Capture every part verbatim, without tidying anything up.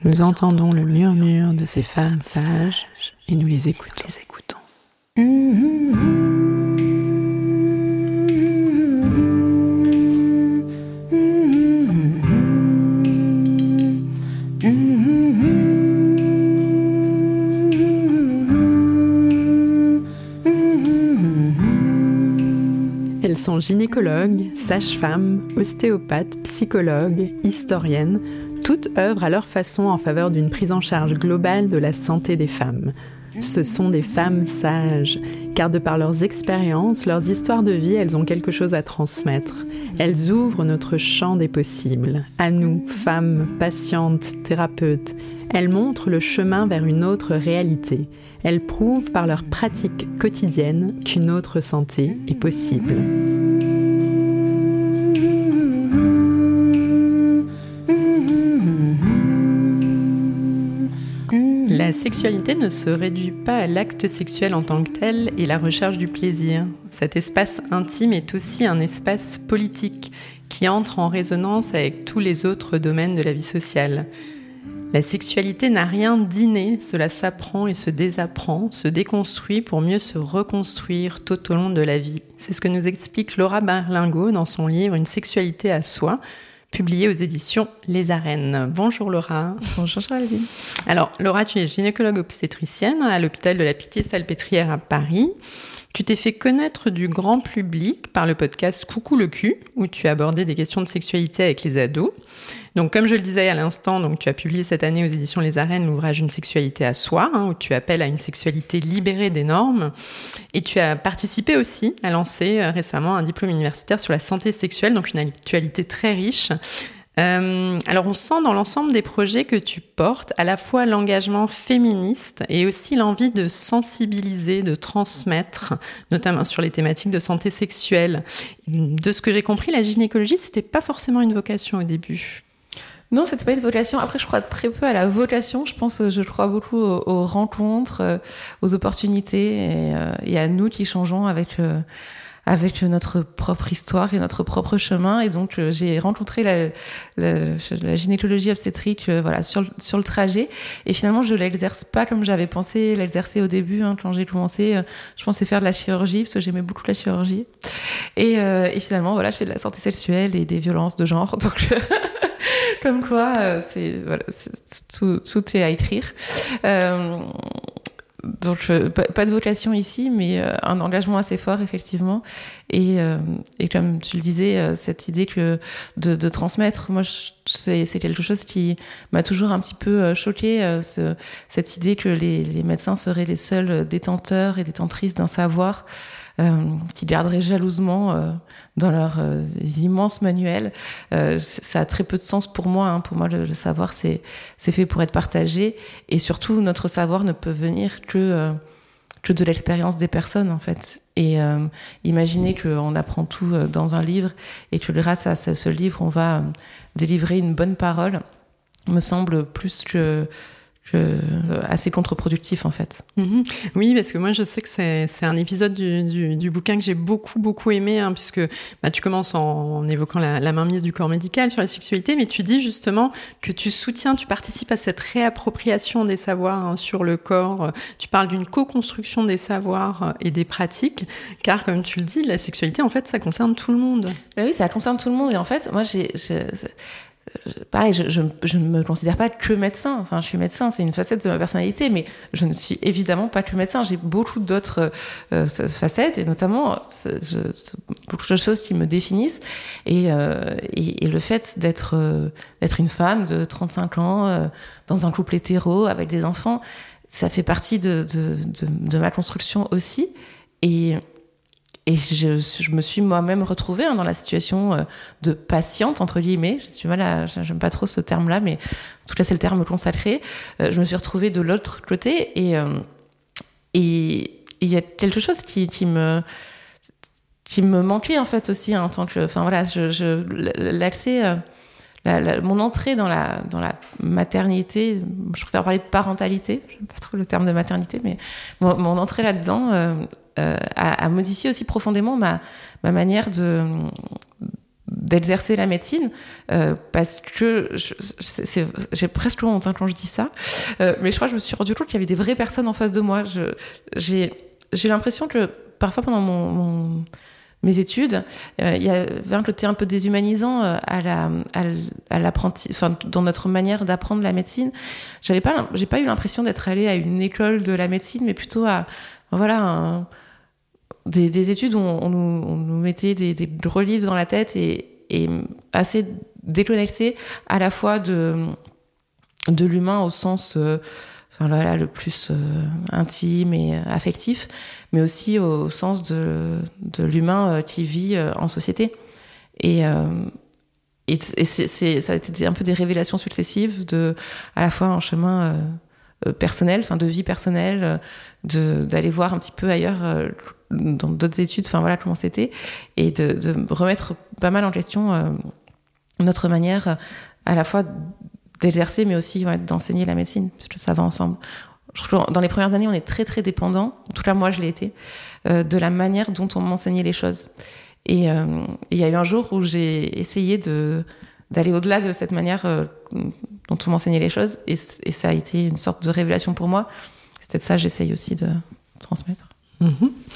Nous entendons le murmure de ces femmes sages et nous les écoutons. Les écoutons. Elles sont gynécologues, sages-femmes, ostéopathes, psychologues, historiennes. Toutes œuvrent à leur façon en faveur d'une prise en charge globale de la santé des femmes. Ce sont des femmes sages, car de par leurs expériences, leurs histoires de vie, elles ont quelque chose à transmettre. Elles ouvrent notre champ des possibles. À nous, femmes, patientes, thérapeutes, elles montrent le chemin vers une autre réalité. Elles prouvent par leur pratique quotidienne qu'une autre santé est possible. La sexualité ne se réduit pas à l'acte sexuel en tant que tel et la recherche du plaisir. Cet espace intime est aussi un espace politique qui entre en résonance avec tous les autres domaines de la vie sociale. La sexualité n'a rien d'inné, cela s'apprend et se désapprend, se déconstruit pour mieux se reconstruire tout au long de la vie. C'est ce que nous explique Laura Berlingot dans son livre « Une sexualité à soi », publié aux éditions Les Arènes. Bonjour Laura. Bonjour Géraldine. Alors Laura, tu es gynécologue obstétricienne à l'hôpital de la Pitié-Salpêtrière à Paris. Tu t'es fait connaître du grand public par le podcast Coucou le cul, où tu as abordé des questions de sexualité avec les ados. Donc, comme je le disais à l'instant, donc tu as publié cette année aux éditions Les Arènes l'ouvrage Une sexualité à soi, hein, où tu appelles à une sexualité libérée des normes. Et tu as participé aussi à lancer euh, récemment un diplôme universitaire sur la santé sexuelle, donc une actualité très riche. Euh, alors on sent dans l'ensemble des projets que tu portes à la fois l'engagement féministe et aussi l'envie de sensibiliser, de transmettre, notamment sur les thématiques de santé sexuelle. De ce que j'ai compris, la gynécologie, c'était pas forcément une vocation au début. Non, c'était pas une vocation. Après, je crois très peu à la vocation. Je pense, je crois beaucoup aux, aux rencontres, aux opportunités et, et à nous qui changeons avec euh, avec notre propre histoire et notre propre chemin. Et donc, euh, j'ai rencontré la, la, la gynécologie obstétrique, euh, voilà, sur le, sur le trajet. Et finalement, je l'exerce pas comme j'avais pensé l'exercer au début, hein, quand j'ai commencé. Euh, je pensais faire de la chirurgie parce que j'aimais beaucoup la chirurgie. Et, euh, et finalement, voilà, je fais de la santé sexuelle et des violences de genre. Donc, comme quoi, euh, c'est, voilà, c'est, tout, tout est à écrire. Euh, Donc, euh, pas, pas de vocation ici, mais euh, un engagement assez fort, effectivement. Et, euh, et comme tu le disais, euh, cette idée que de, de transmettre, moi, je, c'est, c'est quelque chose qui m'a toujours un petit peu euh, choquée, euh, ce, cette idée que les, les médecins seraient les seuls détenteurs et détentrices d'un savoir euh, qu'ils garderaient jalousement euh, dans leurs euh, immenses manuels. Euh, ça a très peu de sens pour moi. Hein. Pour moi, le, le savoir, c'est, c'est fait pour être partagé. Et surtout, notre savoir ne peut venir que, euh, que de l'expérience des personnes, en fait. Et euh, imaginer qu'on apprend tout dans un livre et que grâce à ce, ce livre, on va euh, délivrer une bonne parole, me semble plus que... Que, euh, assez contre-productif en fait. Mmh. Oui, parce que moi je sais que c'est, c'est un épisode du, du, du bouquin que j'ai beaucoup beaucoup aimé, hein, puisque bah, tu commences en, en évoquant la, la mainmise du corps médical sur la sexualité, mais tu dis justement que tu soutiens, tu participes à cette réappropriation des savoirs, hein, sur le corps. Tu parles d'une co-construction des savoirs et des pratiques, car comme tu le dis, la sexualité en fait ça concerne tout le monde. Bah oui, ça concerne tout le monde et en fait moi j'ai... j'ai... pareil, je, je, je ne me considère pas que médecin. Enfin, je suis médecin, c'est une facette de ma personnalité, mais je ne suis évidemment pas que médecin. J'ai beaucoup d'autres euh, facettes, et notamment je, beaucoup de choses qui me définissent. Et, euh, et, et le fait d'être, euh, d'être une femme de trente-cinq ans, euh, dans un couple hétéro, avec des enfants, ça fait partie de, de, de, de ma construction aussi. Et... Et je, je me suis moi-même retrouvée hein, dans la situation de patiente, entre guillemets. Je suis mal à, j'aime pas trop ce terme-là, mais en tout cas, c'est le terme consacré. Euh, je me suis retrouvée de l'autre côté et euh, et il y a quelque chose qui, qui me qui me manquait en fait aussi hein, en tant que, enfin voilà, je, je l'accès. Euh, La, la, mon entrée dans la, dans la maternité, je préfère parler de parentalité, j'aime pas trop le terme de maternité, mais mon, mon entrée là-dedans euh, euh, a, a modifié aussi profondément ma, ma manière de, d'exercer la médecine, euh, parce que je, c'est, c'est, j'ai presque honte hein, quand je dis ça, euh, mais je crois que je me suis rendu compte qu'il y avait des vraies personnes en face de moi. Je, j'ai, j'ai l'impression que parfois pendant mon, mon mes études, euh, il y avait un côté un peu déshumanisant euh, à la, à, à l'apprenti, enfin dans notre manière d'apprendre la médecine. J'avais pas, j'ai pas eu l'impression d'être allée à une école de la médecine, mais plutôt à, voilà, un, des, des études où on, on, nous, on nous mettait des, des gros livres dans la tête et, et assez déconnecté à la fois de, de l'humain au sens euh, enfin voilà, le plus euh, intime et affectif, mais aussi au sens de, de l'humain euh, qui vit euh, en société. Et, euh, et, et c'est, c'est, ça a été un peu des révélations successives, de, à la fois un chemin euh, personnel, enfin de vie personnelle, de, d'aller voir un petit peu ailleurs euh, dans d'autres études, enfin voilà comment c'était, et de, de remettre pas mal en question euh, notre manière à la fois d'exercer, mais aussi ouais, d'enseigner la médecine, parce que ça va ensemble. Je trouve que dans les premières années, on est très très dépendant, en tout cas moi je l'ai été, euh, de la manière dont on m'enseignait les choses. Et il euh, y a eu un jour où j'ai essayé de, d'aller au-delà de cette manière euh, dont on m'enseignait les choses, et, et ça a été une sorte de révélation pour moi. C'est peut-être ça que j'essaye aussi de transmettre. Mmh.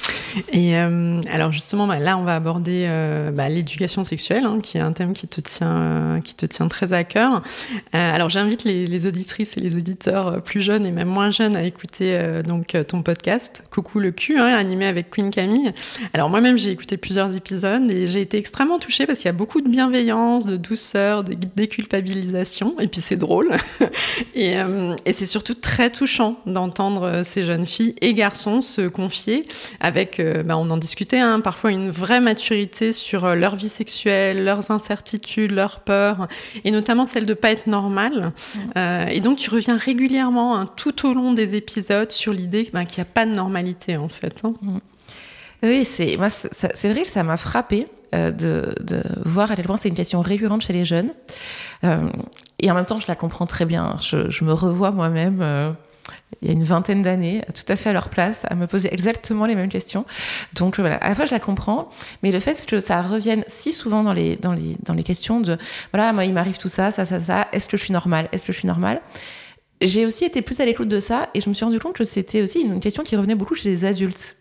Et euh, alors justement, bah, là, on va aborder euh, bah, l'éducation sexuelle, hein, qui est un thème qui te tient, euh, qui te tient très à cœur. Euh, alors j'invite les, les auditrices et les auditeurs plus jeunes et même moins jeunes à écouter euh, donc ton podcast Coucou le cul, hein, animé avec Queen Camille. Alors moi-même, j'ai écouté plusieurs épisodes et j'ai été extrêmement touchée parce qu'il y a beaucoup de bienveillance, de douceur, de déculpabilisation, et puis c'est drôle. et, euh, et c'est surtout très touchant d'entendre ces jeunes filles et garçons se confier avec Euh, bah, on en discutait, hein, parfois une vraie maturité sur euh, leur vie sexuelle, leurs incertitudes, leurs peurs, et notamment celle de pas être normale. Mmh. Euh, et donc tu reviens régulièrement hein, tout au long des épisodes sur l'idée bah, qu'il n'y a pas de normalité en fait. Hein. Mmh. Oui, c'est, moi, c'est, c'est vrai que ça m'a frappée euh, de, de voir à quel point c'est une question récurrente chez les jeunes. Euh, et en même temps, je la comprends très bien. Je, je me revois moi-même... Euh, il y a une vingtaine d'années, tout à fait à leur place, à me poser exactement les mêmes questions. Donc voilà, à la fois je la comprends, mais le fait que ça revienne si souvent dans les, dans les, dans les questions de, voilà, moi il m'arrive tout ça, ça, ça, ça, est-ce que je suis normale, est-ce que je suis normale ? J'ai aussi été plus à l'écoute de ça, et je me suis rendu compte que c'était aussi une question qui revenait beaucoup chez les adultes.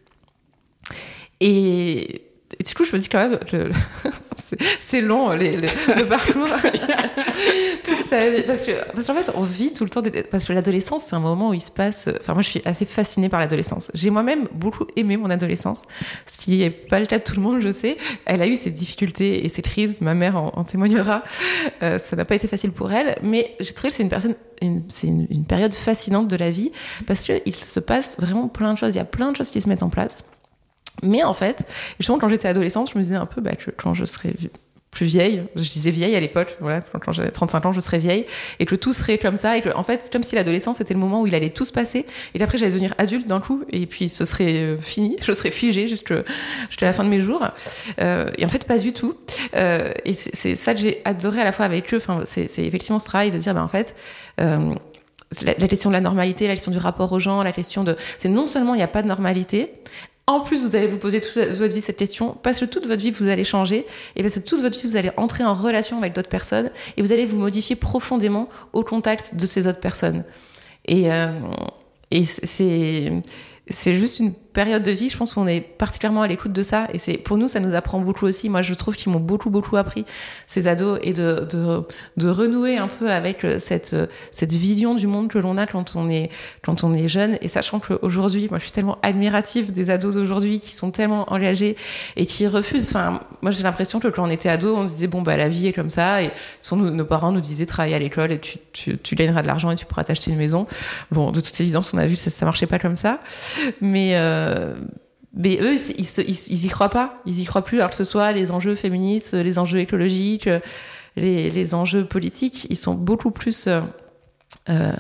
Et... Et du coup, je me dis quand même, le, c'est, c'est long, les, les, le parcours. Tout ça, parce que, parce qu'en fait, on vit tout le temps, des, parce que l'adolescence, c'est un moment où il se passe, enfin, moi, je suis assez fascinée par l'adolescence. J'ai moi-même beaucoup aimé mon adolescence, ce qui n'est pas le cas de tout le monde, je sais. Elle a eu ses difficultés et ses crises, ma mère en, en témoignera. Euh, ça n'a pas été facile pour elle, mais j'ai trouvé que c'est une personne, une, c'est une, une période fascinante de la vie, parce qu'il se passe vraiment plein de choses. Il y a plein de choses qui se mettent en place. Mais en fait, justement, quand j'étais adolescente, je me disais un peu bah, que quand je serais plus vieille, je disais vieille à l'époque, voilà, quand j'avais trente-cinq ans, je serais vieille, et que tout serait comme ça, et que, en fait, comme si l'adolescence était le moment où il allait tout se passer, et après j'allais devenir adulte d'un coup, et puis ce serait fini, je serais figée jusqu'à la fin de mes jours. Euh, et en fait, pas du tout. Euh, et c'est, c'est ça que j'ai adoré à la fois avec eux, enfin, c'est, c'est effectivement ce travail de dire, bah, en fait, euh, la, la question de la normalité, la question du rapport aux gens, la question de... C'est non seulement il n'y a pas de normalité, en plus, vous allez vous poser toute votre vie cette question, parce que toute votre vie, vous allez changer, et parce que toute votre vie, vous allez entrer en relation avec d'autres personnes, et vous allez vous modifier profondément au contact de ces autres personnes. Et, euh, et c'est, c'est juste une période de vie, je pense qu'on est particulièrement à l'écoute de ça, et c'est, pour nous, ça nous apprend beaucoup aussi. Moi, je trouve qu'ils m'ont beaucoup, beaucoup appris, ces ados, et de, de, de renouer un peu avec cette, cette vision du monde que l'on a quand on est, quand on est jeune, et sachant qu'aujourd'hui, moi, je suis tellement admirative des ados d'aujourd'hui qui sont tellement engagés et qui refusent. Enfin, moi, j'ai l'impression que quand on était ado, on se disait, bon, bah, la vie est comme ça, et sont, nos, nos parents nous disaient, travaille à l'école, et tu, tu, tu gagneras de l'argent et tu pourras t'acheter une maison. Bon, de toute évidence, on a vu que ça, ça marchait pas comme ça. Mais, euh, mais eux, ils, ils, ils y croient pas. Ils y croient plus, alors que ce soit les enjeux féministes, les enjeux écologiques, les, les enjeux politiques, ils sont beaucoup plus... Euh, euh,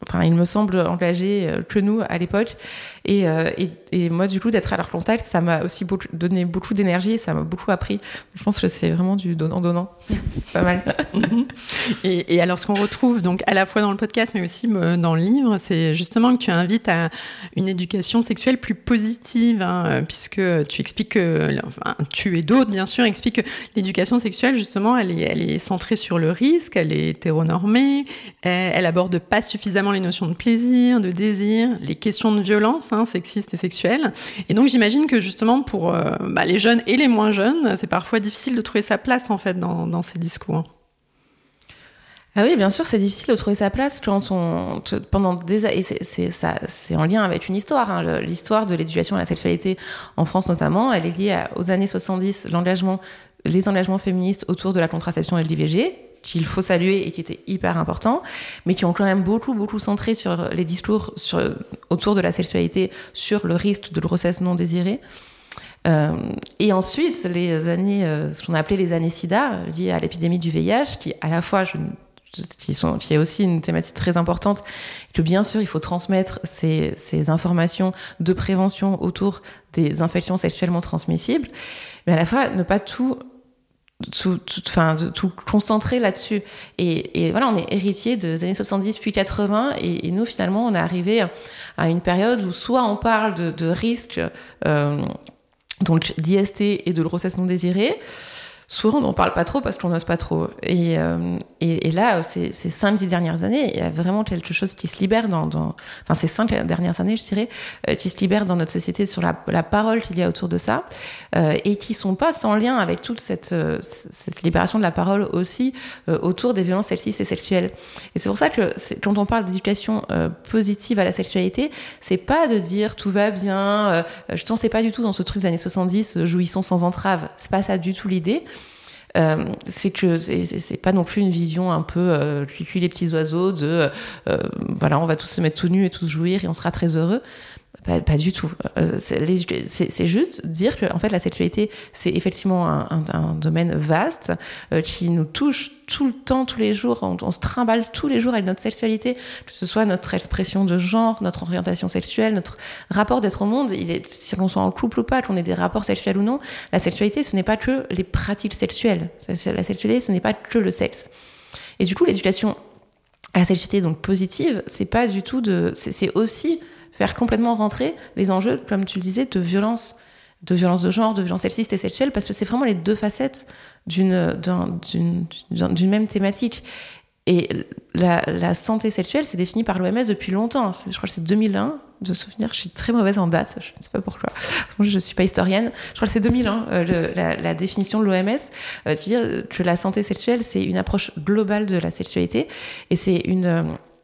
enfin, il me semble engagés euh, que nous à l'époque. Et, euh, et, et moi, du coup, d'être à leur contact, ça m'a aussi beaucoup, donné beaucoup d'énergie et ça m'a beaucoup appris. Je pense que c'est vraiment du donnant-donnant. C'est pas mal. et, et alors, ce qu'on retrouve donc à la fois dans le podcast, mais aussi dans le livre, c'est justement que tu invites à une éducation sexuelle plus positive, hein, puisque tu expliques que, enfin, tu et d'autres, bien sûr, expliquent que l'éducation sexuelle, justement, elle est, elle est centrée sur le risque, elle est hétéronormée, elle, elle aborde pas suffisamment les notions de plaisir, de désir, les questions de violence, hein, sexistes et sexuelles. Et donc, j'imagine que justement, pour euh, bah, les jeunes et les moins jeunes, c'est parfois difficile de trouver sa place, en fait, dans, dans ces discours. Ah oui, bien sûr, c'est difficile de trouver sa place quand on, pendant des années, et c'est, c'est, ça, c'est en lien avec une histoire, hein, l'histoire de l'éducation à la sexualité en France notamment, elle est liée à, aux années soixante-dix, l'engagement, les engagements féministes autour de la contraception et de l'I V G, qu'il faut saluer et qui étaient hyper importants, mais qui ont quand même beaucoup, beaucoup centré sur les discours sur, autour de la sexualité, sur le risque de grossesse non désirée. Euh, et ensuite, les années, euh, ce qu'on a appelé les années SIDA, liées à l'épidémie du V I H, qui à la fois, je, qui, sont, qui est aussi une thématique très importante, que bien sûr, il faut transmettre ces, ces informations de prévention autour des infections sexuellement transmissibles, mais à la fois, ne pas tout... tout, tout, enfin, tout concentrer là-dessus. Et, et voilà, on est héritier des années soixante-dix puis quatre-vingts, et, et nous, finalement, on est arrivé à une période où soit on parle de, de risques, euh, donc d'I S T et de grossesse non désirée, souvent on n'en parle pas trop parce qu'on n'ose pas trop. Et, euh, et, et là, ces, ces cinq, dix dernières années, il y a vraiment quelque chose qui se libère dans, dans enfin ces cinq dernières années, je dirais, euh, qui se libère dans notre société sur la, la parole qu'il y a autour de ça, euh, et qui sont pas sans lien avec toute cette, euh, cette libération de la parole aussi euh, autour des violences sexistes et sexuelles. Et c'est pour ça que c'est, quand on parle d'éducation euh, positive à la sexualité, c'est pas de dire tout va bien, euh, je ne sais pas du tout dans ce truc des années soixante-dix, jouissons sans entrave. C'est pas ça du tout l'idée. Euh, c'est que c'est, c'est, c'est pas non plus une vision un peu euh, cuit les petits oiseaux de euh, voilà, on va tous se mettre tout nus et tous jouir et on sera très heureux. Pas, pas du tout. Euh, c'est, les, c'est, c'est juste dire que en fait la sexualité c'est effectivement un, un, un domaine vaste euh, qui nous touche tout le temps, tous les jours. On, on se trimballe tous les jours avec notre sexualité, que ce soit notre expression de genre, notre orientation sexuelle, notre rapport d'être au monde. Il est, si l'on soit en couple ou pas, qu'on ait des rapports sexuels ou non, la sexualité ce n'est pas que les pratiques sexuelles. La sexualité ce n'est pas que le sexe. Et du coup l'éducation à la sexualité donc positive, c'est pas du tout de, c'est, c'est aussi faire complètement rentrer les enjeux, comme tu le disais, de violence, de violence de genre, de violence sexiste et sexuelle, parce que c'est vraiment les deux facettes d'une, d'un, d'une, d'une, d'une même thématique. Et la, la santé sexuelle, c'est défini par l'O M S depuis longtemps. Je crois que c'est deux mille un, de souvenir. Je suis très mauvaise en date, je ne sais pas pourquoi. Je ne suis pas historienne. Je crois que c'est deux mille un, euh, le, la, la définition de l'O M S, euh, qui dit que la santé sexuelle, c'est une approche globale de la sexualité, et c'est une... Euh,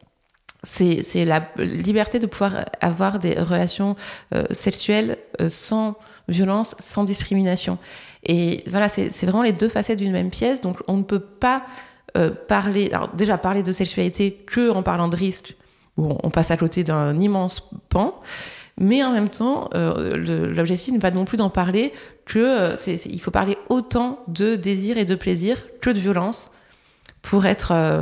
C'est, c'est la liberté de pouvoir avoir des relations euh, sexuelles euh, sans violence, sans discrimination. Et voilà, c'est, c'est vraiment les deux facettes d'une même pièce. Donc, on ne peut pas euh, parler... Alors, déjà, parler de sexualité que en parlant de risque, où on, on passe à côté d'un immense pan. Mais en même temps, euh, le, l'objectif n'est pas non plus d'en parler que... Euh, c'est, c'est, il faut parler autant de désir et de plaisir que de violence pour être euh,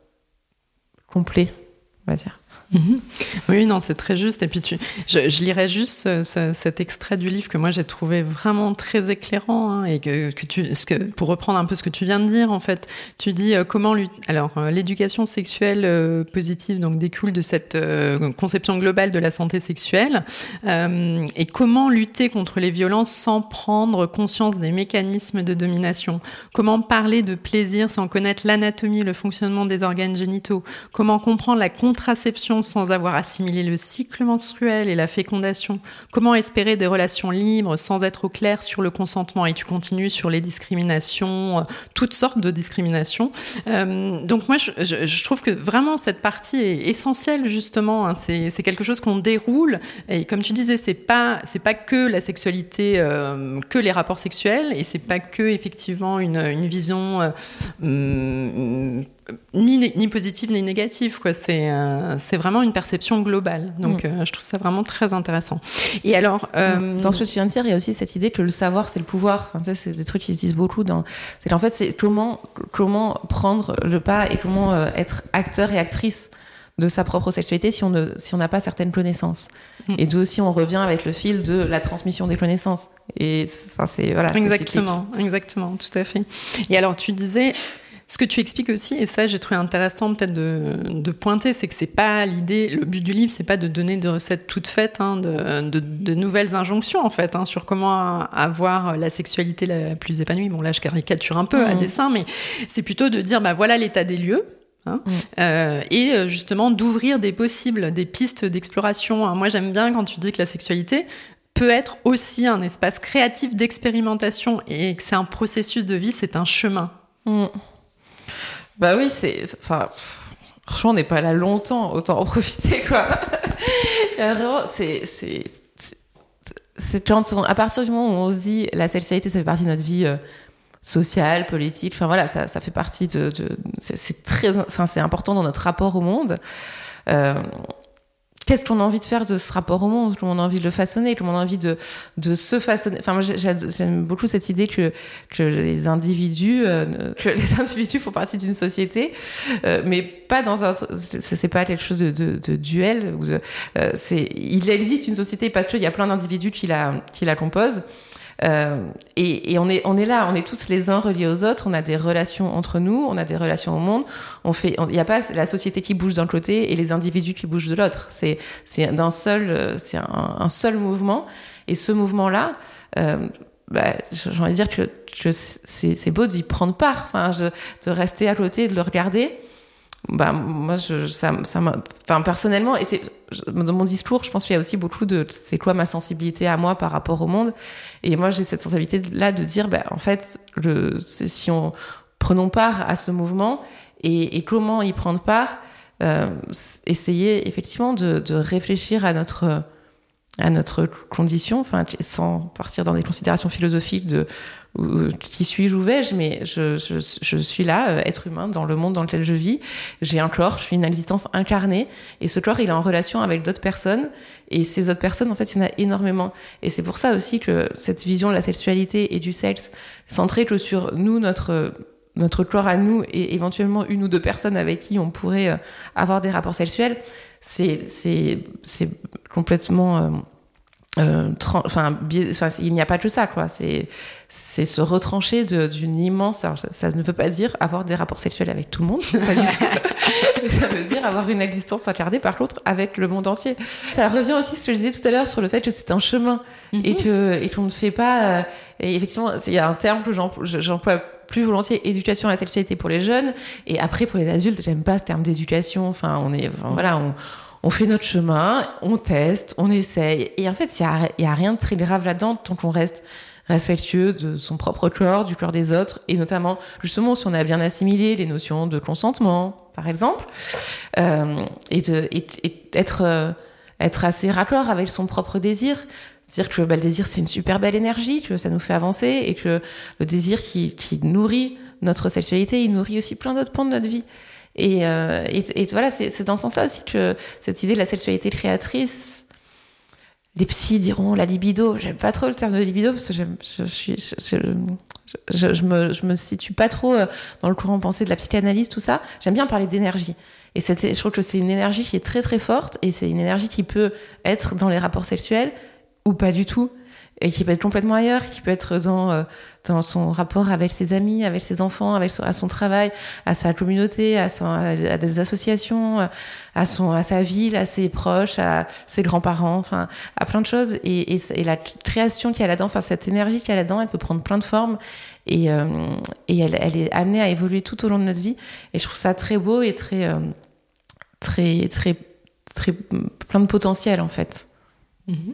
complet, on va dire. Mmh. Oui, non, c'est très juste. Et puis, tu, je, je lirais juste ce, ce, cet extrait du livre que moi j'ai trouvé vraiment très éclairant, hein, et que, que tu, ce que, pour reprendre un peu ce que tu viens de dire, en fait, tu dis euh, comment lui, alors euh, l'éducation sexuelle euh, positive donc découle de cette euh, conception globale de la santé sexuelle, euh, et comment lutter contre les violences sans prendre conscience des mécanismes de domination. Comment parler de plaisir sans connaître l'anatomie, le fonctionnement des organes génitaux. Comment comprendre la contraception sans avoir assimilé le cycle menstruel et la fécondation. Comment espérer des relations libres sans être au clair sur le consentement. Et tu continues sur les discriminations, euh, toutes sortes de discriminations. Euh, donc moi, je, je, je trouve que vraiment cette partie est essentielle justement. Hein. C'est, c'est quelque chose qu'on déroule. Et comme tu disais, c'est pas, c'est pas que la sexualité, euh, que les rapports sexuels, et c'est pas que effectivement une, une vision euh, hum, Ni, ni positive ni négative, quoi. C'est, euh, c'est vraiment une perception globale. Donc, mmh. euh, je trouve ça vraiment très intéressant. Et alors, euh... dans ce que tu viens de dire, il y a aussi cette idée que le savoir, c'est le pouvoir. Enfin, tu sais, c'est des trucs qui se disent beaucoup. Dans... C'est qu'en fait, c'est comment, comment prendre le pas et comment euh, être acteur et actrice de sa propre sexualité si on ne, si on n'a pas certaines connaissances. Mmh. Et d'où aussi on revient avec le fil de la transmission des connaissances. Et enfin, c'est, voilà, exactement, c'est exactement, tout à fait. Et alors, tu disais, ce que tu expliques aussi, et ça j'ai trouvé intéressant peut-être de, de pointer, c'est que c'est pas l'idée, le but du livre, c'est pas de donner des recettes toutes faites, hein, de, de, de nouvelles injonctions en fait, hein, sur comment avoir la sexualité la plus épanouie. Bon là je caricature un peu mmh. à dessein, mais c'est plutôt de dire bah voilà l'état des lieux. Hein, mmh. euh, et justement d'ouvrir des possibles, des pistes d'exploration. Moi j'aime bien quand tu dis que la sexualité peut être aussi un espace créatif d'expérimentation et que c'est un processus de vie, c'est un chemin. Mmh. Bah oui, c'est... Enfin, franchement, on n'est pas là longtemps, autant en profiter, quoi. Vraiment, c'est... c'est, c'est, c'est quand on, à partir du moment où on se dit la sexualité, ça fait partie de notre vie euh, sociale, politique, enfin voilà, ça, ça fait partie de... de c'est, c'est très... Enfin, c'est important dans notre rapport au monde. Euh, Qu'est-ce qu'on a envie de faire de ce rapport au monde? Comment on a envie de le façonner? Comment on a envie de, de se façonner? Enfin, moi, j'aime beaucoup cette idée que, que les individus, euh, que les individus font partie d'une société, euh, mais pas dans un, c'est pas quelque chose de, de, de duel. Ou de, euh, c'est, il existe une société parce qu'il y a plein d'individus qui la, qui la composent. Euh, et, et on est on est là, on est tous les uns reliés aux autres, on a des relations entre nous, on a des relations au monde, on fait il y a pas la société qui bouge d'un côté et les individus qui bougent de l'autre, c'est c'est d'un seul c'est un, un seul mouvement, et ce mouvement là euh, bah, j'ai envie de dire que, que c'est c'est beau d'y prendre part, enfin je, de rester à côté et de le regarder. Bah moi je ça ça m'a enfin personnellement, et c'est dans mon discours je pense qu'il y a aussi beaucoup de c'est quoi ma sensibilité à moi par rapport au monde, et moi j'ai cette sensibilité là de dire bah en fait le c'est, si on prenons part à ce mouvement et, et comment y prendre part, euh, essayer effectivement de, de réfléchir à notre à notre condition, enfin sans partir dans des considérations philosophiques de ou, qui suis-je, où vais-je, mais je, je, je suis là, euh, être humain, dans le monde dans lequel je vis. J'ai un corps, je suis une existence incarnée, et ce corps, il est en relation avec d'autres personnes, et ces autres personnes, en fait, il y en a énormément. Et c'est pour ça aussi que cette vision de la sexualité et du sexe, centrée que sur nous, notre, notre corps à nous, et éventuellement une ou deux personnes avec qui on pourrait euh, avoir des rapports sexuels, c'est, c'est, c'est complètement... Euh, Euh, tra- enfin, bi- enfin, il n'y a pas que ça, quoi. C'est, c'est se retrancher de, d'une immense. Alors, ça, ça ne veut pas dire avoir des rapports sexuels avec tout le monde, pas du tout. Ça veut dire avoir une existence incarnée par l'autre avec le monde entier. Ça revient aussi à ce que je disais tout à l'heure sur le fait que c'est un chemin mm-hmm. et que et qu'on ne fait pas. Euh, et effectivement, il y a un terme que j'emploie, j'emploie plus volontiers, éducation à la sexualité pour les jeunes, et après pour les adultes, j'aime pas ce terme d'éducation. Enfin, on est, enfin, voilà, on. On fait notre chemin, on teste, on essaye. Et en fait, il n'y a, y a rien de très grave là-dedans tant qu'on reste respectueux de son propre corps, du corps des autres. Et notamment, justement, si on a bien assimilé les notions de consentement, par exemple, euh, et, de, et, et être, euh, être assez raccord avec son propre désir. C'est-à-dire que bah, le désir, c'est une super belle énergie, que ça nous fait avancer, et que le désir qui, qui nourrit notre sexualité, il nourrit aussi plein d'autres pans de notre vie. Et, euh, et, et voilà, c'est, c'est dans ce sens-là aussi que cette idée de la sexualité créatrice, les psys diront la libido. J'aime pas trop le terme de libido parce que j'aime, je, je suis, je, je, je, je me, je me situe pas trop dans le courant pensée de la psychanalyse, tout ça. J'aime bien parler d'énergie. Et c'était, je trouve que c'est une énergie qui est très très forte, et c'est une énergie qui peut être dans les rapports sexuels ou pas du tout, et qui peut être complètement ailleurs, qui peut être dans euh, dans son rapport avec ses amis, avec ses enfants, avec son, à son travail, à sa communauté, à, son, à des associations, à son à sa ville, à ses proches, à ses grands-parents, enfin à plein de choses. Et, et, et la création qu'il y a là-dedans, enfin cette énergie qu'il y a là-dedans, elle peut prendre plein de formes, et euh, et elle elle est amenée à évoluer tout au long de notre vie. Et je trouve ça très beau et très euh, très très très plein de potentiel en fait. Mm-hmm.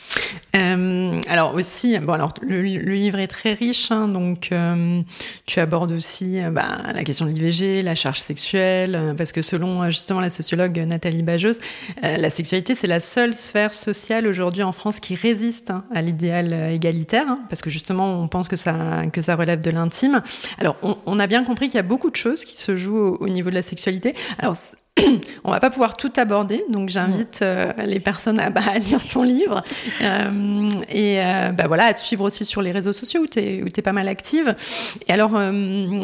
Euh, alors aussi, bon alors le, le livre est très riche, hein, donc euh, tu abordes aussi euh, bah, la question de l'I V G, la charge sexuelle, euh, parce que selon justement la sociologue Nathalie Bajeuse, euh, la sexualité c'est la seule sphère sociale aujourd'hui en France qui résiste hein, à l'idéal égalitaire, hein, parce que justement on pense que ça que ça relève de l'intime. Alors on, on a bien compris qu'il y a beaucoup de choses qui se jouent au, au niveau de la sexualité. Alors on va pas pouvoir tout aborder, donc j'invite euh, les personnes à, bah, à lire ton livre euh, et euh, bah, voilà, à te suivre aussi sur les réseaux sociaux où tu es où t'es pas mal active. Et alors, euh,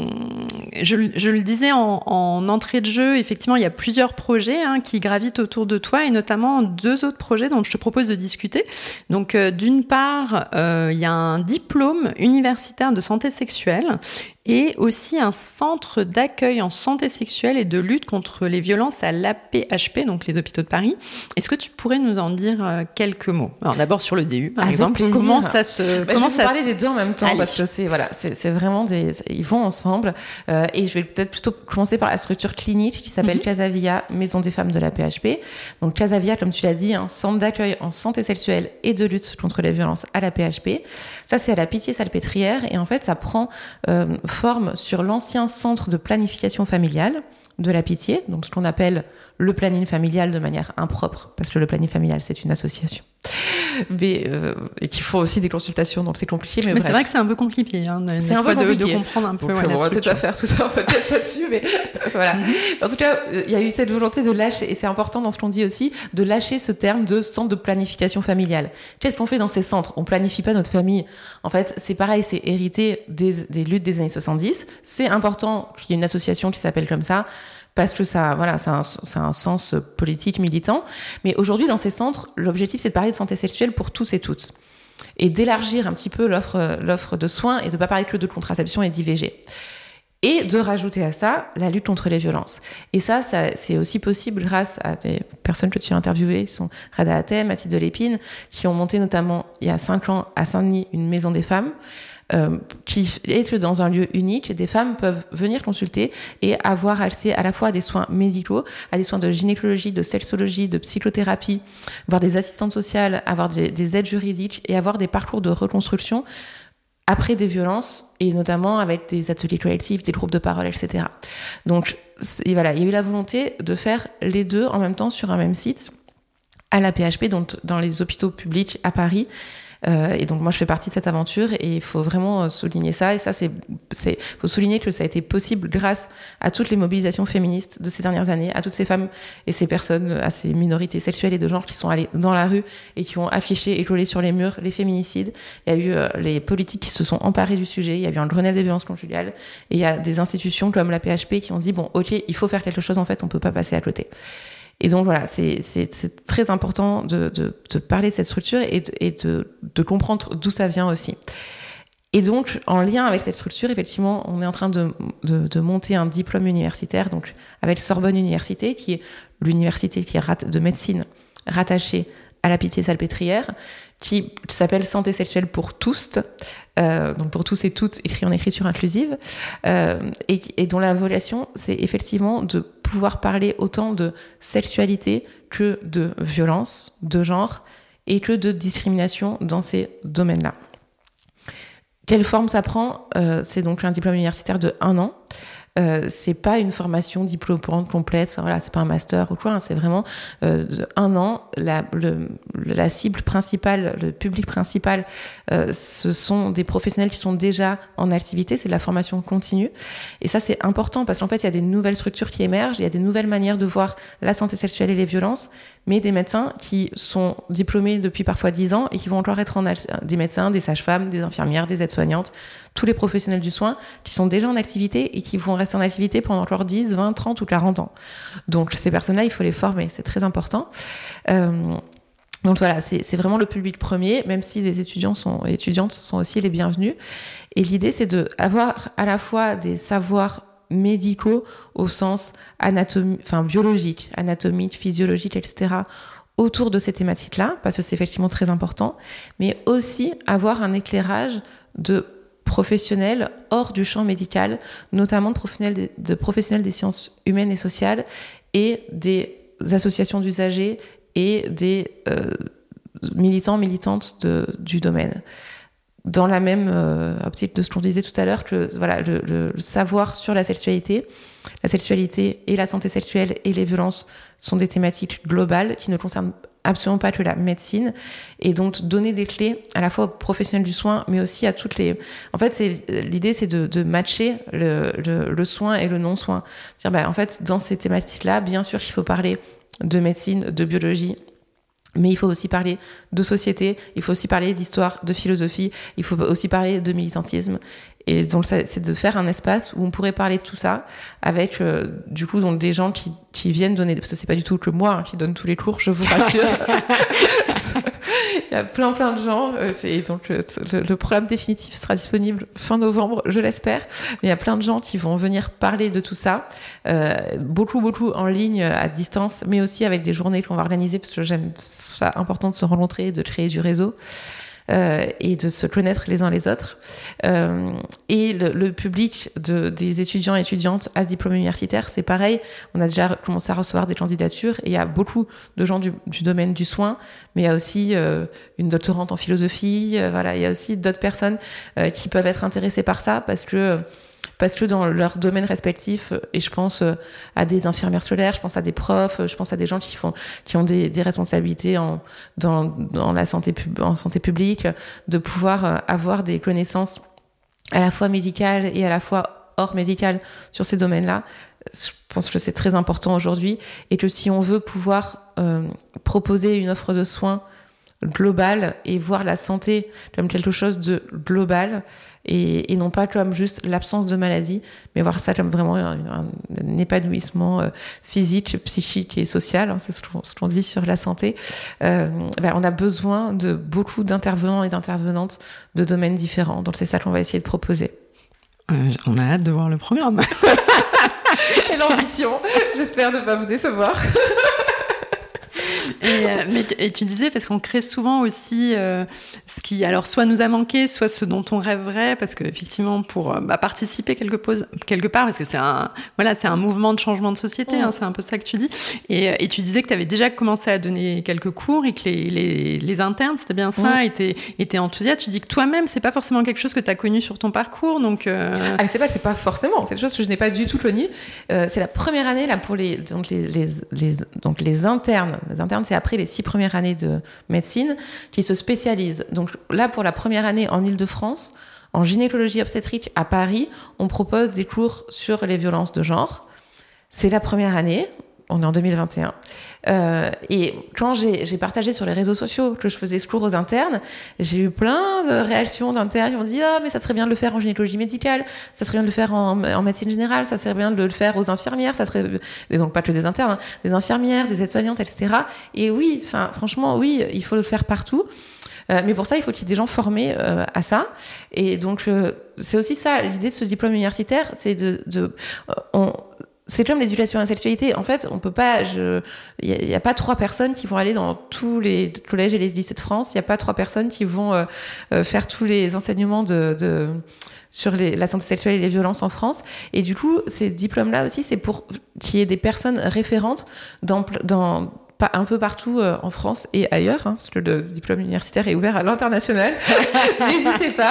je, je le disais en, en entrée de jeu, effectivement, il y a plusieurs projets hein, qui gravitent autour de toi et notamment deux autres projets dont je te propose de discuter. Donc, euh, d'une part, euh, il y a un diplôme universitaire de santé sexuelle et aussi un centre d'accueil en santé sexuelle et de lutte contre les violences à l'A P H P, donc les hôpitaux de Paris. Est-ce que tu pourrais nous en dire euh, quelques mots ? Alors d'abord sur le D U, par Avec exemple. plaisir. Comment ça se... Bah, comment je vais ça vous parler se... des deux en même temps, Allez. parce que c'est, voilà, c'est, c'est vraiment des... Ils vont ensemble. Euh, et je vais peut-être plutôt commencer par la structure clinique qui s'appelle mm-hmm. Casavia, Maison des femmes de l'A P H P. Donc Casavia, comme tu l'as dit, un centre d'accueil en santé sexuelle et de lutte contre les violences à l'A P H P. Ça, c'est à la Pitié-Salpêtrière. Et en fait, ça prend euh, forme sur l'ancien centre de planification familiale de la Pitié, donc ce qu'on appelle le planning familial de manière impropre, parce que le planning familial, c'est une association. Mais, euh, et qu'il faut aussi des consultations, donc c'est compliqué. Mais, mais bref. c'est vrai que c'est un peu compliqué, hein, c'est un peu de, compliqué. de comprendre un peu donc, ouais, on la va structure. peut-être faire tout ça en podcast là-dessus, mais voilà. Mm-hmm. En tout cas, il y a eu cette volonté de lâcher, et c'est important dans ce qu'on dit aussi, de lâcher ce terme de centre de planification familiale. Qu'est-ce qu'on fait dans ces centres ? On planifie pas notre famille. En fait, c'est pareil, c'est hérité des, des luttes des années soixante-dix. C'est important qu'il y ait une association qui s'appelle comme ça, parce que ça, voilà, ça a, un, ça a un sens politique, militant. Mais aujourd'hui, dans ces centres, l'objectif, c'est de parler de santé sexuelle pour tous et toutes. Et d'élargir un petit peu l'offre, l'offre de soins et de ne pas parler que de contraception et d'I V G. Et de rajouter à ça la lutte contre les violences. Et ça, ça c'est aussi possible grâce à des personnes que tu as interviewées, qui sont Rada Hatem, Mathilde Delépine, qui ont monté notamment, il y a cinq ans, à Saint-Denis, une maison des femmes, Euh, qui est dans un lieu unique. Des femmes peuvent venir consulter et avoir accès à la fois à des soins médicaux, à des soins de gynécologie, de sexologie, de psychothérapie, avoir des assistantes sociales, avoir des, des aides juridiques et avoir des parcours de reconstruction après des violences, et notamment avec des ateliers collectifs, des groupes de parole, et cetera. Donc et voilà, il y a eu la volonté de faire les deux en même temps sur un même site à l'A P H P, donc dans les hôpitaux publics à Paris. Euh, et donc moi je fais partie de cette aventure et il faut vraiment souligner ça. Et ça, c'est, c'est, faut souligner que ça a été possible grâce à toutes les mobilisations féministes de ces dernières années, à toutes ces femmes et ces personnes, à ces minorités sexuelles et de genre qui sont allées dans la rue et qui ont affiché et collé sur les murs les féminicides. Il y a eu euh, les politiques qui se sont emparés du sujet. Il y a eu un Grenelle des violences conjugales et il y a des institutions comme l'A P H P qui ont dit bon, ok, il faut faire quelque chose, en fait, on peut pas passer à côté. Et donc voilà, c'est, c'est, c'est très important de, de, de parler de cette structure et, de, et de, de comprendre d'où ça vient aussi. Et donc, en lien avec cette structure, effectivement, on est en train de, de, de monter un diplôme universitaire, donc avec Sorbonne Université, qui est l'université qui est rat- de médecine rattachée à la Pitié-Salpêtrière, qui s'appelle Santé sexuelle pour tous, euh, donc pour tous et toutes, écrit en écriture inclusive, euh, et, et dont la vocation, c'est effectivement de pouvoir parler autant de sexualité que de violence, de genre, et que de discrimination dans ces domaines-là. Quelle forme ça prend ? euh, C'est donc un diplôme universitaire de un an. Euh, c'est pas une formation diplômante complète, voilà, c'est pas un master ou quoi, hein, c'est vraiment euh, de un an. La, le, la cible principale, le public principal, euh, ce sont des professionnels qui sont déjà en activité, c'est de la formation continue. Et ça, c'est important parce qu'en fait, il y a des nouvelles structures qui émergent, il y a des nouvelles manières de voir la santé sexuelle et les violences, mais des médecins qui sont diplômés depuis parfois dix ans et qui vont encore être en al- des médecins, des sages-femmes, des infirmières, des aides-soignantes, tous les professionnels du soin qui sont déjà en activité et qui vont rester en activité pendant encore dix, vingt, trente ou quarante ans. Donc ces personnes-là, il faut les former, c'est très important. Euh, donc voilà, c'est, c'est vraiment le public premier, même si les étudiants sont, étudiantes sont aussi les bienvenus. Et l'idée, c'est d'avoir à la fois des savoirs médicaux au sens anatomique, enfin biologique, anatomique, physiologique, et cetera, autour de ces thématiques-là, parce que c'est effectivement très important, mais aussi avoir un éclairage de professionnels hors du champ médical, notamment de professionnels des, de professionnels des sciences humaines et sociales et des associations d'usagers et des euh, militants, militantes de, du domaine. Dans la même euh, optique de ce qu'on disait tout à l'heure, que voilà, le, le, le savoir sur la sexualité, la sexualité et la santé sexuelle et les violences sont des thématiques globales qui ne concernent absolument pas que la médecine. Et donc, donner des clés à la fois aux professionnels du soin, mais aussi à toutes les... En fait, c'est, l'idée, c'est de, de matcher le, le, le soin et le non-soin. C'est-à-dire, bah, en fait, dans ces thématiques-là, bien sûr qu'il faut parler de médecine, de biologie, mais il faut aussi parler de société, il faut aussi parler d'histoire, de philosophie, il faut aussi parler de militantisme. Et donc, c'est de faire un espace où on pourrait parler de tout ça avec, euh, du coup, donc des gens qui, qui viennent donner, parce que c'est pas du tout que moi hein, qui donne tous les cours, je vous rassure. Il y a plein, plein de gens. Euh, c'est, donc, le, le programme définitif sera disponible fin novembre, je l'espère. Mais il y a plein de gens qui vont venir parler de tout ça. Euh, beaucoup, beaucoup en ligne, à distance, mais aussi avec des journées qu'on va organiser, parce que j'aime ça important de se rencontrer, de créer du réseau. Euh, et de se connaître les uns les autres. Euh, et le, le public de, des étudiants et étudiantes à ce diplôme universitaire, c'est pareil. On a déjà commencé à recevoir des candidatures et il y a beaucoup de gens du, du domaine du soin, mais il y a aussi euh, une doctorante en philosophie. Euh, voilà, il y a aussi d'autres personnes euh, qui peuvent être intéressées par ça parce que parce que dans leur domaine respectif, et je pense à des infirmières scolaires, je pense à des profs, je pense à des gens qui font, qui ont des, des responsabilités en, dans, dans la santé, pub, en santé publique, de pouvoir avoir des connaissances à la fois médicales et à la fois hors médicales sur ces domaines-là. Je pense que c'est très important aujourd'hui et que si on veut pouvoir euh, proposer une offre de soins globale et voir la santé comme quelque chose de global, Et, et non pas comme juste l'absence de maladie, mais voir ça comme vraiment un, un, un épanouissement euh, physique, psychique et social, hein, c'est ce qu'on, ce qu'on dit sur la santé. Euh, ben on a besoin de beaucoup d'intervenants et d'intervenantes de domaines différents, donc c'est ça qu'on va essayer de proposer. Euh, on a hâte de voir le programme. Et l'ambition, j'espère ne pas vous décevoir. Et, euh, mais tu, et tu disais, parce qu'on crée souvent aussi euh, ce qui, alors, soit nous a manqué, soit ce dont on rêverait, parce qu'effectivement, pour euh, bah, participer quelque, pause, quelque part, parce que c'est un, voilà, c'est un mouvement de changement de société, mmh. hein, c'est un peu ça que tu dis. Et, et tu disais que tu avais déjà commencé à donner quelques cours et que les, les, les internes, c'était bien ça, mmh. étaient, étaient enthousiastes. Tu dis que toi-même, c'est pas forcément quelque chose que tu as connu sur ton parcours, donc... Euh... Ah, mais c'est pas que c'est pas forcément, c'est quelque chose que je n'ai pas du tout connu. Euh, c'est la première année, là, pour les, donc les, les, les, donc les internes, les internes, c'est après les six premières années de médecine qui se spécialisent. Donc là, pour la première année en Île-de-France, en gynécologie obstétrique à Paris, on propose des cours sur les violences de genre. C'est la première année, on est en deux mille vingt et un. Euh, et quand j'ai, j'ai partagé sur les réseaux sociaux que je faisais ce cours aux internes, j'ai eu plein de réactions d'internes qui m'ont dit « Ah, mais ça serait bien de le faire en gynécologie médicale, ça serait bien de le faire en, en médecine générale, ça serait bien de le faire aux infirmières, ça serait... » Et donc pas que des internes, hein, des infirmières, des aides-soignantes, et cetera. Et oui, enfin, franchement, oui, il faut le faire partout. Euh, mais pour ça, il faut qu'il y ait des gens formés euh, à ça. Et donc, euh, c'est aussi ça, l'idée de ce diplôme universitaire, c'est de... de euh, on, c'est comme l'éducation à la sexualité. En fait, on peut pas, je, il y, y a pas trois personnes qui vont aller dans tous les collèges et les lycées de France. Il y a pas trois personnes qui vont euh, euh, faire tous les enseignements de, de sur les, la santé sexuelle et les violences en France. Et du coup, ces diplômes-là aussi, c'est pour qu'il y ait des personnes référentes dans, dans pas un peu partout euh, en France et ailleurs, hein, parce que le diplôme universitaire est ouvert à l'international. N'hésitez pas.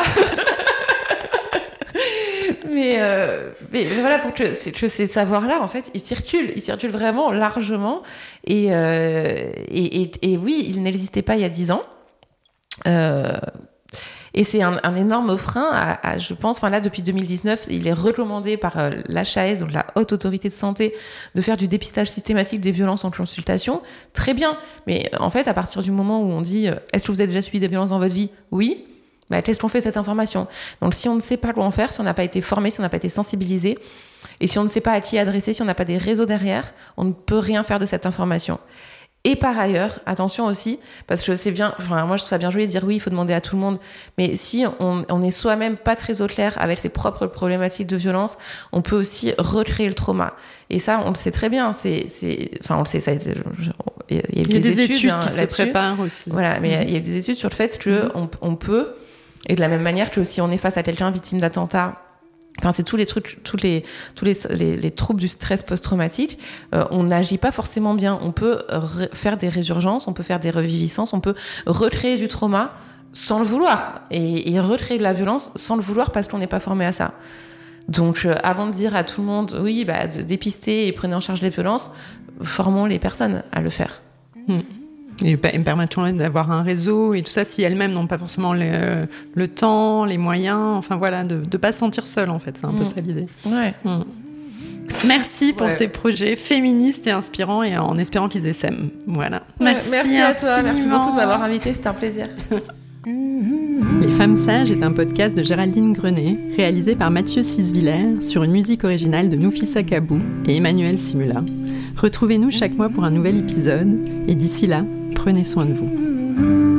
Mais, euh, mais voilà, pour que, que ces savoirs-là, en fait, ils circulent, ils circulent vraiment largement. Et, euh, et, et, et oui, ils n'existaient pas il y a dix ans. Euh, et c'est un, un énorme frein à, à, je pense, enfin là, depuis deux mille dix-neuf, il est recommandé par euh, l'H A S, donc la Haute Autorité de Santé, de faire du dépistage systématique des violences en consultation. Très bien. Mais en fait, à partir du moment où on dit, est-ce que vous avez déjà subi des violences dans votre vie ? Oui. Bah, qu'est-ce qu'on fait de cette information ? Donc, si on ne sait pas quoi en faire, si on n'a pas été formé, si on n'a pas été sensibilisé, et si on ne sait pas à qui adresser, si on n'a pas des réseaux derrière, on ne peut rien faire de cette information. Et par ailleurs, attention aussi, parce que c'est bien, enfin, moi je trouve ça bien joli de dire oui, il faut demander à tout le monde, mais si on, on est soi-même pas très au clair avec ses propres problématiques de violence, on peut aussi recréer le trauma. Et ça, on le sait très bien, c'est, c'est, enfin on le sait, ça, il y a, il y a des, des études, études hein, qui se préparent aussi. Voilà, mais mmh. il y a des études sur le fait que mmh. on, on peut, et de la même manière que si on est face à quelqu'un victime d'attentat, enfin, c'est tous les trucs, tous les, tous les, les, les troubles du stress post-traumatique. Euh, on n'agit pas forcément bien. On peut re- faire des résurgences, on peut faire des reviviscences, on peut recréer du trauma sans le vouloir et, et recréer de la violence sans le vouloir parce qu'on n'est pas formé à ça. Donc, euh, avant de dire à tout le monde, oui, bah, de dépister et prenez en charge les violences, formons les personnes à le faire. Mmh. Et permettant d'avoir un réseau et tout ça, si elles-mêmes n'ont pas forcément le, le temps, les moyens, enfin voilà, de ne pas se sentir seule en fait, c'est un mmh. peu ça l'idée. Ouais. Mmh. Merci pour ouais. ces projets féministes et inspirants et en espérant qu'ils essaiment. Voilà. Merci, merci à toi, merci beaucoup de m'avoir invitée, c'était un plaisir. Les Femmes Sages est un podcast de Géraldine Grenet, réalisé par Mathieu Sisviller sur une musique originale de Noufissa Kabou et Emmanuel Simula. Retrouvez-nous chaque mois pour un nouvel épisode et d'ici là, prenez soin de vous.